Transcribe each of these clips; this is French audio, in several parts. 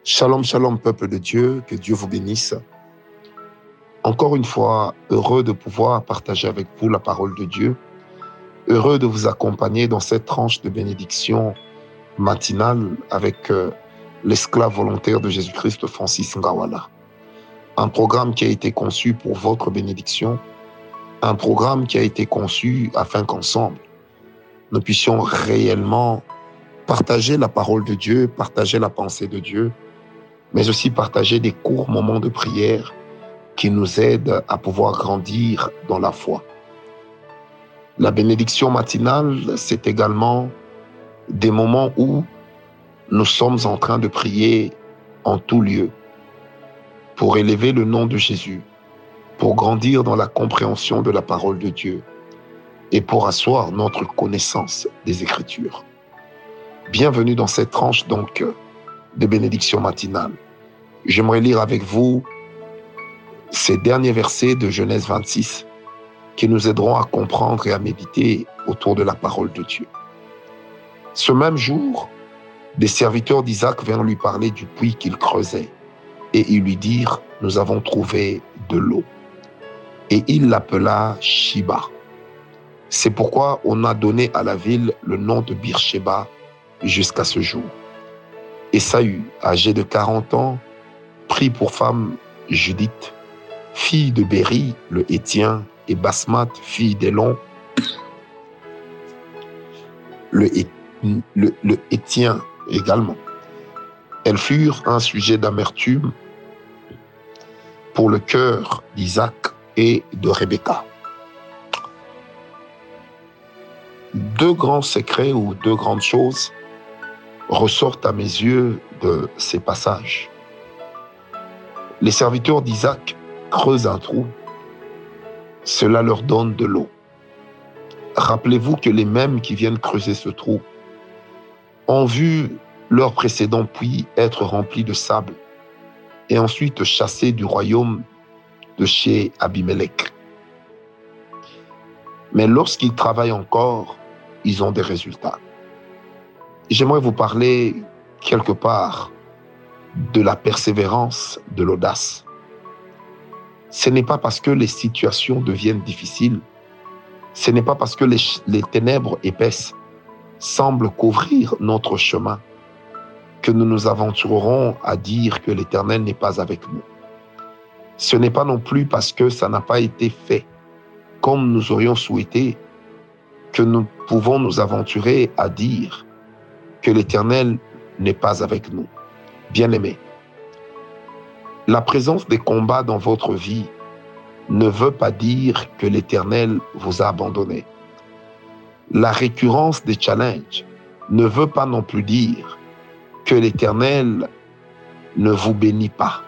Shalom, shalom, peuple de Dieu, que Dieu vous bénisse. Encore une fois, heureux de pouvoir partager avec vous la parole de Dieu, heureux de vous accompagner dans cette tranche de bénédiction matinale avec l'esclave volontaire de Jésus-Christ, Francis Ngawala. Un programme qui a été conçu pour votre bénédiction, un programme qui a été conçu afin qu'ensemble, nous puissions réellement partager la parole de Dieu, partager la pensée de Dieu, mais aussi partager des courts moments de prière qui nous aident à pouvoir grandir dans la foi. La bénédiction matinale, c'est également des moments où nous sommes en train de prier en tout lieu pour élever le nom de Jésus, pour grandir dans la compréhension de la parole de Dieu et pour asseoir notre connaissance des Écritures. Bienvenue dans cette tranche donc de bénédiction matinale. J'aimerais lire avec vous ces derniers versets de Genèse 26 qui nous aideront à comprendre et à méditer autour de la parole de Dieu. Ce même jour, des serviteurs d'Isaac vinrent lui parler du puits qu'il creusait et ils lui dirent « Nous avons trouvé de l'eau ». Et il l'appela Shiba. C'est pourquoi on a donné à la ville le nom de Beersheba jusqu'à ce jour. Ésaü, âgé de 40 ans, prit pour femme Judith, fille de Béri, le Héthien, et Basmat, fille d'Élon, le Héthien également. Elles furent un sujet d'amertume pour le cœur d'Isaac et de Rebecca. Deux grands secrets ou deux grandes choses ressortent à mes yeux de ces passages. Les serviteurs d'Isaac creusent un trou, cela leur donne de l'eau. Rappelez-vous que les mêmes qui viennent creuser ce trou ont vu leur précédent puits être rempli de sable et ensuite chassés du royaume de chez Abimelech. Mais lorsqu'ils travaillent encore, ils ont des résultats. J'aimerais vous parler quelque part de la persévérance, de l'audace. Ce n'est pas parce que les situations deviennent difficiles, ce n'est pas parce que les ténèbres épaisses semblent couvrir notre chemin que nous nous aventurerons à dire que l'Éternel n'est pas avec nous. Ce n'est pas non plus parce que ça n'a pas été fait comme nous aurions souhaité que nous pouvons nous aventurer à dire que l'Éternel n'est pas avec nous. Bien-aimés, la présence des combats dans votre vie ne veut pas dire que l'Éternel vous a abandonné. La récurrence des challenges ne veut pas non plus dire que l'Éternel ne vous bénit pas.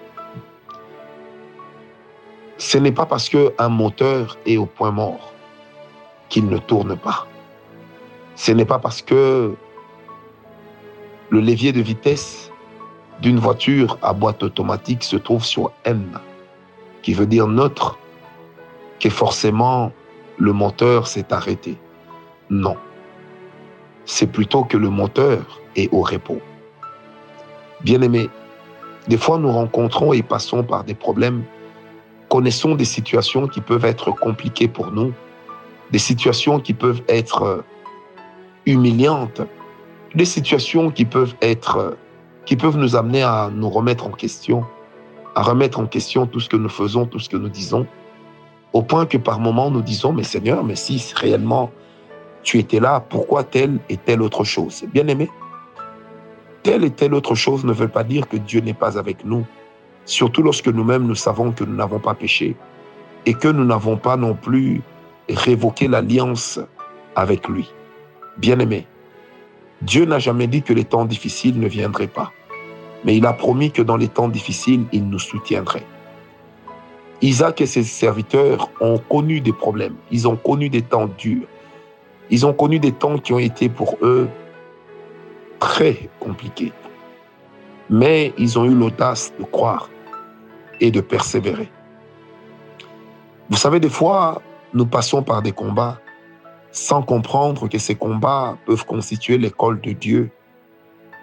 Ce n'est pas parce qu'un moteur est au point mort qu'il ne tourne pas. Ce n'est pas parce que le levier de vitesse d'une voiture à boîte automatique se trouve sur N, qui veut dire neutre, que forcément le moteur s'est arrêté. Non. C'est plutôt que le moteur est au repos. Bien-aimés, des fois nous rencontrons et passons par des problèmes, connaissons des situations qui peuvent être compliquées pour nous, des situations qui peuvent être humiliantes, des situations qui peuvent nous amener à nous remettre en question, à remettre en question tout ce que nous faisons, tout ce que nous disons, au point que par moments nous disons, mais Seigneur, mais si réellement tu étais là, pourquoi telle et telle autre chose? Bien-aimé, telle et telle autre chose ne veut pas dire que Dieu n'est pas avec nous, surtout lorsque nous-mêmes nous savons que nous n'avons pas péché et que nous n'avons pas non plus révoqué l'alliance avec lui. Bien-aimé, Dieu n'a jamais dit que les temps difficiles ne viendraient pas, mais il a promis que dans les temps difficiles, il nous soutiendrait. Isaac et ses serviteurs ont connu des problèmes, ils ont connu des temps durs, ils ont connu des temps qui ont été pour eux très compliqués. Mais ils ont eu l'audace de croire et de persévérer. Vous savez, des fois, nous passons par des combats sans comprendre que ces combats peuvent constituer l'école de Dieu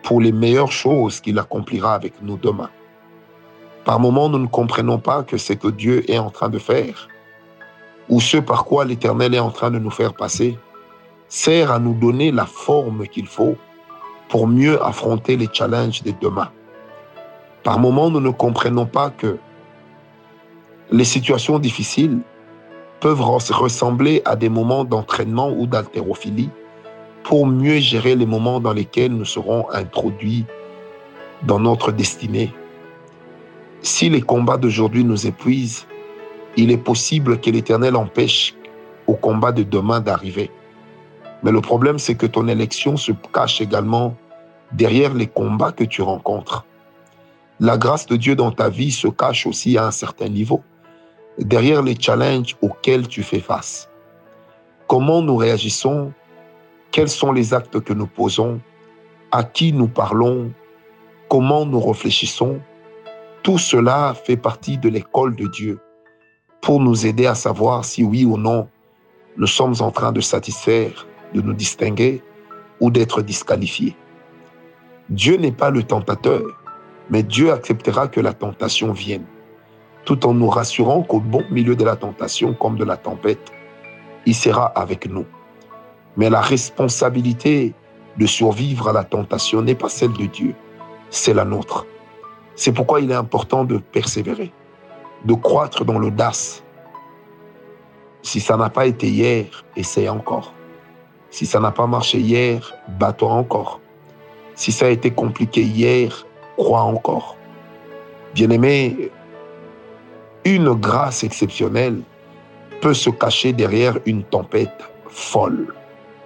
pour les meilleures choses qu'il accomplira avec nous demain. Par moments, nous ne comprenons pas que ce que Dieu est en train de faire, ou ce par quoi l'Éternel est en train de nous faire passer, sert à nous donner la forme qu'il faut pour mieux affronter les challenges de demain. Par moments, nous ne comprenons pas que les situations difficiles peuvent ressembler à des moments d'entraînement ou d'haltérophilie pour mieux gérer les moments dans lesquels nous serons introduits dans notre destinée. Si les combats d'aujourd'hui nous épuisent, il est possible que l'Éternel empêche au combat de demain d'arriver. Mais le problème, c'est que ton élection se cache également derrière les combats que tu rencontres. La grâce de Dieu dans ta vie se cache aussi à un certain niveau, derrière les challenges auxquels tu fais face. Comment nous réagissons? Quels sont les actes que nous posons? À qui nous parlons? Comment nous réfléchissons? Tout cela fait partie de l'école de Dieu pour nous aider à savoir si oui ou non nous sommes en train de satisfaire, de nous distinguer ou d'être disqualifiés. Dieu n'est pas le tentateur, mais Dieu acceptera que la tentation vienne, tout en nous rassurant qu'au bon milieu de la tentation comme de la tempête, il sera avec nous. Mais la responsabilité de survivre à la tentation n'est pas celle de Dieu, c'est la nôtre. C'est pourquoi il est important de persévérer, de croître dans l'audace. Si ça n'a pas été hier, essaie encore. Si ça n'a pas marché hier, bats-toi encore. Si ça a été compliqué hier, crois encore. Bien-aimé, une grâce exceptionnelle peut se cacher derrière une tempête folle.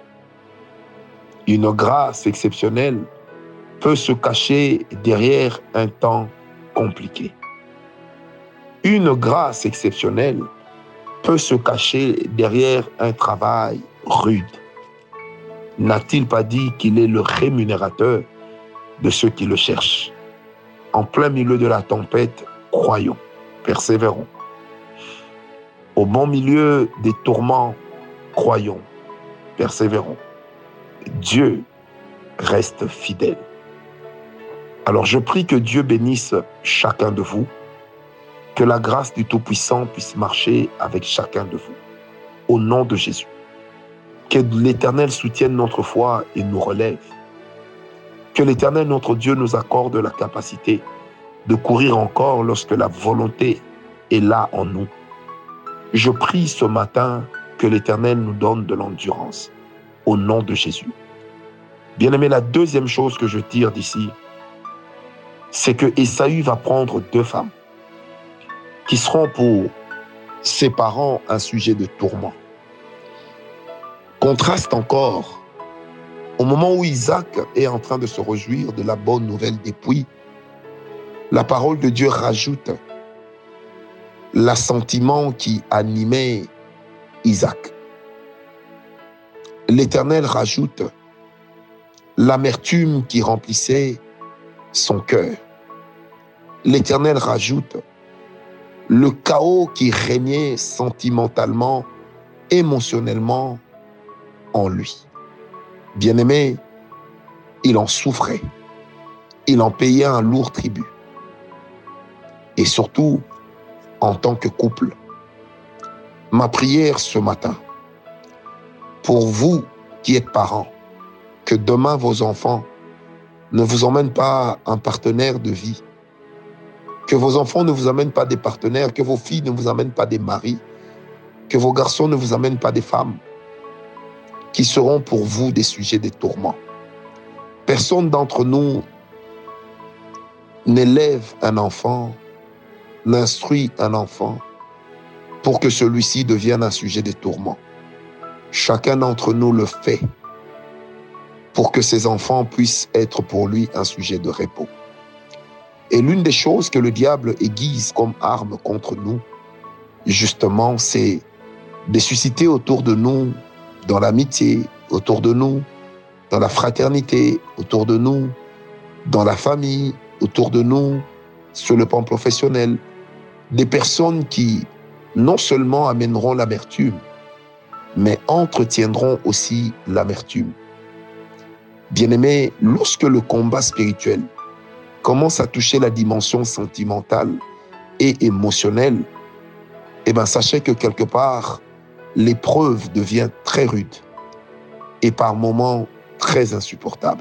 Une grâce exceptionnelle peut se cacher derrière un temps compliqué. Une grâce exceptionnelle peut se cacher derrière un travail rude. N'a-t-il pas dit qu'il est le rémunérateur de ceux qui le cherchent? En plein milieu de la tempête, croyons, persévérons. Au bon milieu des tourments, croyons, persévérons. Dieu reste fidèle. Alors je prie que Dieu bénisse chacun de vous, que la grâce du Tout-Puissant puisse marcher avec chacun de vous. Au nom de Jésus. Que l'Éternel soutienne notre foi et nous relève. Que l'Éternel, notre Dieu, nous accorde la capacité de courir encore lorsque la volonté est là en nous. Je prie ce matin que l'Éternel nous donne de l'endurance. Au nom de Jésus. Bien-aimé, la deuxième chose que je tire d'ici, c'est que Ésaü va prendre 2 femmes qui seront pour ses parents un sujet de tourment. Contraste encore, au moment où Isaac est en train de se réjouir de la bonne nouvelle dépouille, la parole de Dieu rajoute l'assentiment qui animait Isaac. L'Éternel rajoute l'amertume qui remplissait son cœur. L'Éternel rajoute le chaos qui régnait sentimentalement, émotionnellement en lui. Bien-aimé, il en souffrait. Il en payait un lourd tribut. Et surtout, en tant que couple. Ma prière ce matin, pour vous qui êtes parents, que demain vos enfants ne vous emmènent pas un partenaire de vie, que vos enfants ne vous amènent pas des partenaires, que vos filles ne vous amènent pas des maris, que vos garçons ne vous amènent pas des femmes qui seront pour vous des sujets de tourment. Personne d'entre nous n'élève un enfant, n'instruit un enfant pour que celui-ci devienne un sujet de tourment. Chacun d'entre nous le fait pour que ses enfants puissent être pour lui un sujet de repos. Et l'une des choses que le diable aiguise comme arme contre nous, justement, c'est de susciter autour de nous, dans l'amitié, autour de nous, dans la fraternité, autour de nous, dans la famille, autour de nous, sur le plan professionnel, des personnes qui non seulement amèneront l'amertume, mais entretiendront aussi l'amertume. Bien-aimés, lorsque le combat spirituel commence à toucher la dimension sentimentale et émotionnelle, sachez que quelque part, l'épreuve devient très rude et par moments très insupportable.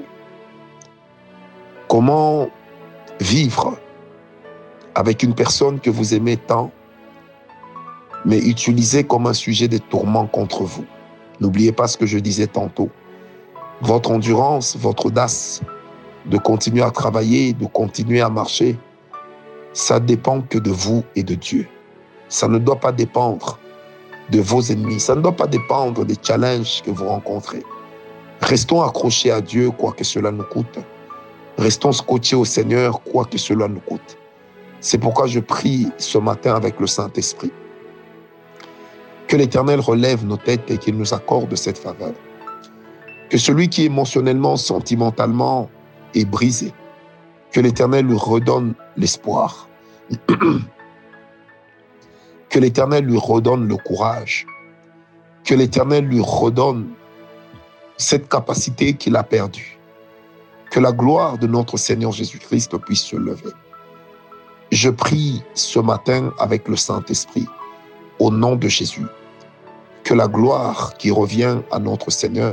Comment vivre avec une personne que vous aimez tant, mais utilisée comme un sujet de tourment contre vous? N'oubliez pas ce que je disais tantôt. Votre endurance, votre audace de continuer à travailler, de continuer à marcher, ça dépend que de vous et de Dieu. Ça ne doit pas dépendre de vos ennemis. Ça ne doit pas dépendre des challenges que vous rencontrez. Restons accrochés à Dieu, quoi que cela nous coûte. Restons scotchés au Seigneur, quoi que cela nous coûte. C'est pourquoi je prie ce matin avec le Saint-Esprit. Que l'Éternel relève nos têtes et qu'il nous accorde cette faveur. Que celui qui émotionnellement, sentimentalement est brisé, que l'Éternel lui redonne l'espoir. Que l'Éternel lui redonne le courage. Que l'Éternel lui redonne cette capacité qu'il a perdue. Que la gloire de notre Seigneur Jésus-Christ puisse se lever. Je prie ce matin avec le Saint-Esprit, au nom de Jésus, que la gloire qui revient à notre Seigneur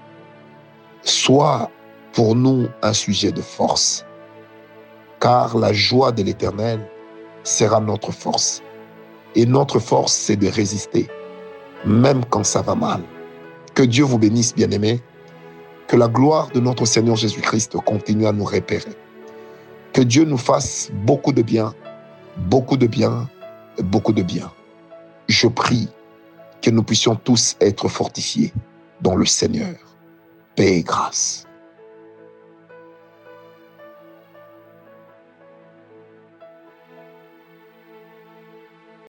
soit pour nous un sujet de force, car la joie de l'Éternel sera notre force. Et notre force, c'est de résister, même quand ça va mal. Que Dieu vous bénisse, bien-aimés. Que la gloire de notre Seigneur Jésus-Christ continue à nous repérer. Que Dieu nous fasse beaucoup de bien, beaucoup de bien, beaucoup de bien. Je prie que nous puissions tous être fortifiés dans le Seigneur. Paix et grâce.